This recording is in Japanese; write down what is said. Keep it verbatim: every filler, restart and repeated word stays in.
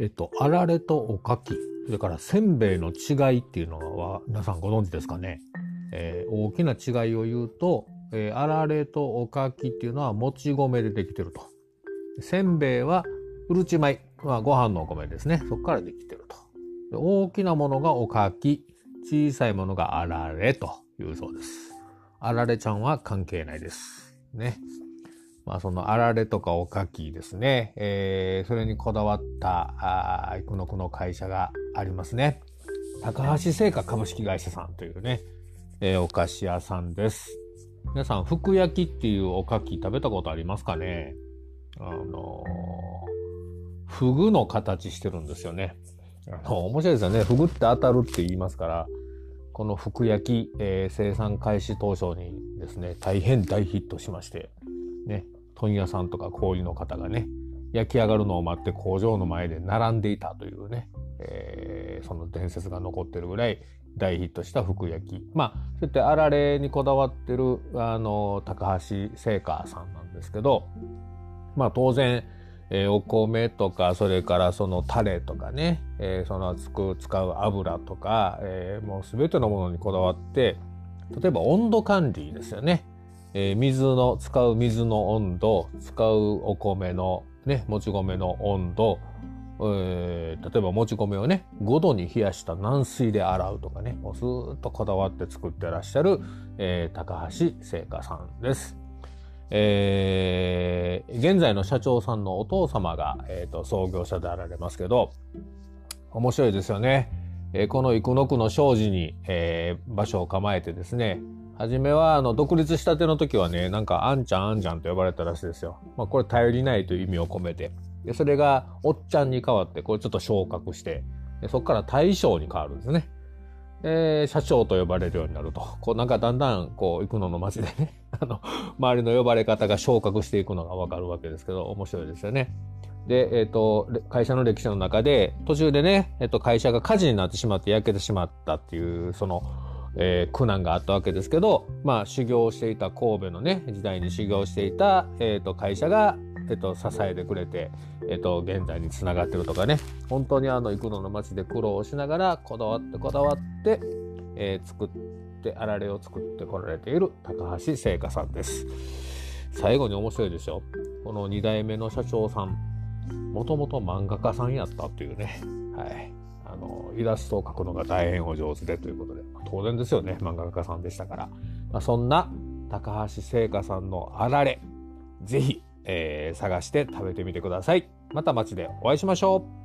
えっと、あられとおかき、それからせんべいの違いっていうのは皆さんご存知ですかね。えー、大きな違いを言うと、えー、あられとおかきっていうのはもち米でできてると。せんべいはうるち米、まあ、ご飯のお米ですね。そこからできてると。で、大きなものがおかき、小さいものがあられというそうです。あられちゃんは関係ないです。ね。まあそのあられとかおかきですね。えー、それにこだわった生野区の会社がありますね。高橋製菓株式会社さんというね、えー、お菓子屋さんです。皆さん、福焼きっていうおかき食べたことありますかね？あのー、フグの形してるんですよね。あの、面白いですよね。フグって当たるって言いますから、この福焼き、えー、生産開始当初にですね、大変大ヒットしまして、ね、問屋さんとか小売の方がね、焼き上がるのを待って工場の前で並んでいたというね、えー、その伝説が残ってるぐらい大ヒットした福焼き。まあ、そうやってあられにこだわってる、あの、高橋製菓さんなんですけど、まあ当然、えー、お米とか、それからそのタレとかね、えー、そのつく使う油とか、えー、もうすべてのものにこだわって、例えば温度管理ですよね。えー、水の、使う水の温度、使うお米の、ね、もち米の温度、えー、例えばもち米をね、ごどに冷やした軟水で洗うとかね、もうずーっとこだわって作ってらっしゃる、えー、高橋製菓さんです。えー、現在の社長さんのお父様が、えーと、創業者であられますけど、面白いですよね。えー、この生野区の庄司に、えー、場所を構えてですね、はじめはあの独立したての時はね、なんかあんちゃんあんちゃんと呼ばれたらしいですよ。まあこれ頼りないという意味を込めて、でそれがおっちゃんに変わって、これちょっと昇格して、でそこから大将に変わるんですね。で、社長と呼ばれるようになると。こうなんかだんだんこう生野の街でね、あの、周りの呼ばれ方が昇格していくのがわかるわけですけど、面白いですよね。で、えっと、会社の歴史の中で、途中でね、えっと、会社が火事になってしまって焼けてしまったっていう、その、えー、苦難があったわけですけど、まあ、修行していた神戸のね、時代に修行していた、えっと、会社が、えっと、支えてくれて、えっと、現在につながってるとかね、本当にあの、生野の町で苦労しながら、こだわってこだわって、えー、作って、あられを作ってこられている高橋製菓さんです。最後に面白いでしょ。このに代目の社長さん、もともと漫画家さんやったっていうね。はい。あの、イラストを描くのが大変お上手でということで、当然ですよね。漫画家さんでしたから。まあ、そんな高橋製菓さんのあられ、ぜひ、えー、探して食べてみてください。また街でお会いしましょう。